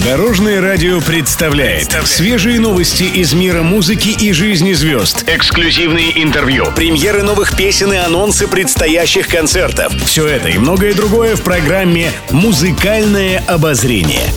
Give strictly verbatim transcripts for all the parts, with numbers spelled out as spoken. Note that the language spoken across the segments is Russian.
Дорожное радио представляет свежие новости из мира музыки и жизни звезд, эксклюзивные интервью, премьеры новых песен и анонсы предстоящих концертов. Все это и многое другое в программе «Музыкальное обозрение».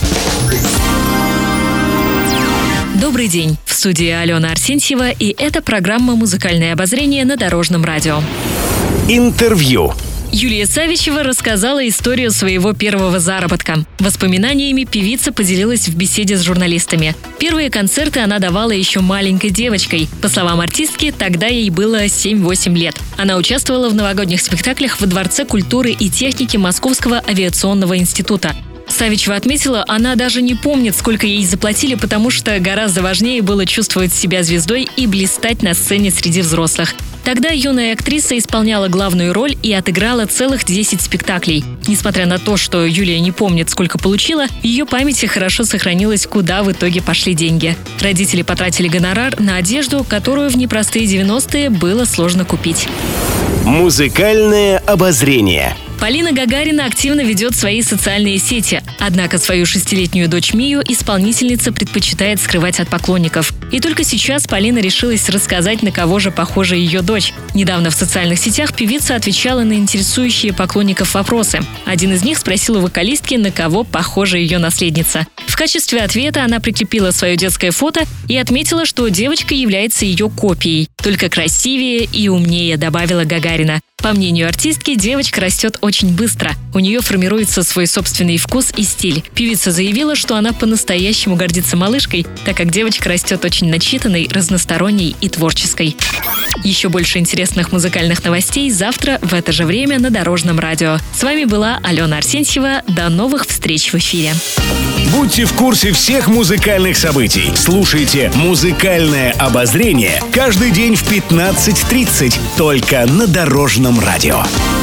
Добрый день! В студии Алена Арсентьева, и это программа «Музыкальное обозрение» на Дорожном радио. Интервью. Юлия Савичева рассказала историю своего первого заработка. Воспоминаниями певица поделилась в беседе с журналистами. Первые концерты она давала еще маленькой девочкой. По словам артистки, тогда ей было семь-восемь лет. Она участвовала в новогодних спектаклях во Дворце культуры и техники Московского авиационного института. Савичева отметила, она даже не помнит, сколько ей заплатили, потому что гораздо важнее было чувствовать себя звездой и блистать на сцене среди взрослых. Тогда юная актриса исполняла главную роль и отыграла целых десять спектаклей. Несмотря на то, что Юлия не помнит, сколько получила, в ее памяти хорошо сохранилось, куда в итоге пошли деньги. Родители потратили гонорар на одежду, которую в непростые девяностые было сложно купить. Музыкальное обозрение. Полина Гагарина активно ведет свои социальные сети. Однако свою шестилетнюю дочь Мию исполнительница предпочитает скрывать от поклонников. И только сейчас Полина решилась рассказать, на кого же похожа ее дочь. Недавно в социальных сетях певица отвечала на интересующие поклонников вопросы. Один из них спросил у вокалистки, на кого похожа ее наследница. В качестве ответа она прикрепила свое детское фото и отметила, что девочка является ее копией. Только красивее и умнее, добавила Гагарина. По мнению артистки, девочка растет очень быстро. У нее формируется свой собственный вкус и стиль. Певица заявила, что она по-настоящему гордится малышкой, так как девочка растет очень начитанной, разносторонней и творческой. Еще больше интересных музыкальных новостей завтра в это же время на Дорожном радио. С вами была Алена Арсентьева. До новых встреч в эфире. Будьте в курсе всех музыкальных событий. Слушайте «Музыкальное обозрение» каждый день в пятнадцать тридцать только на Дорожном радио.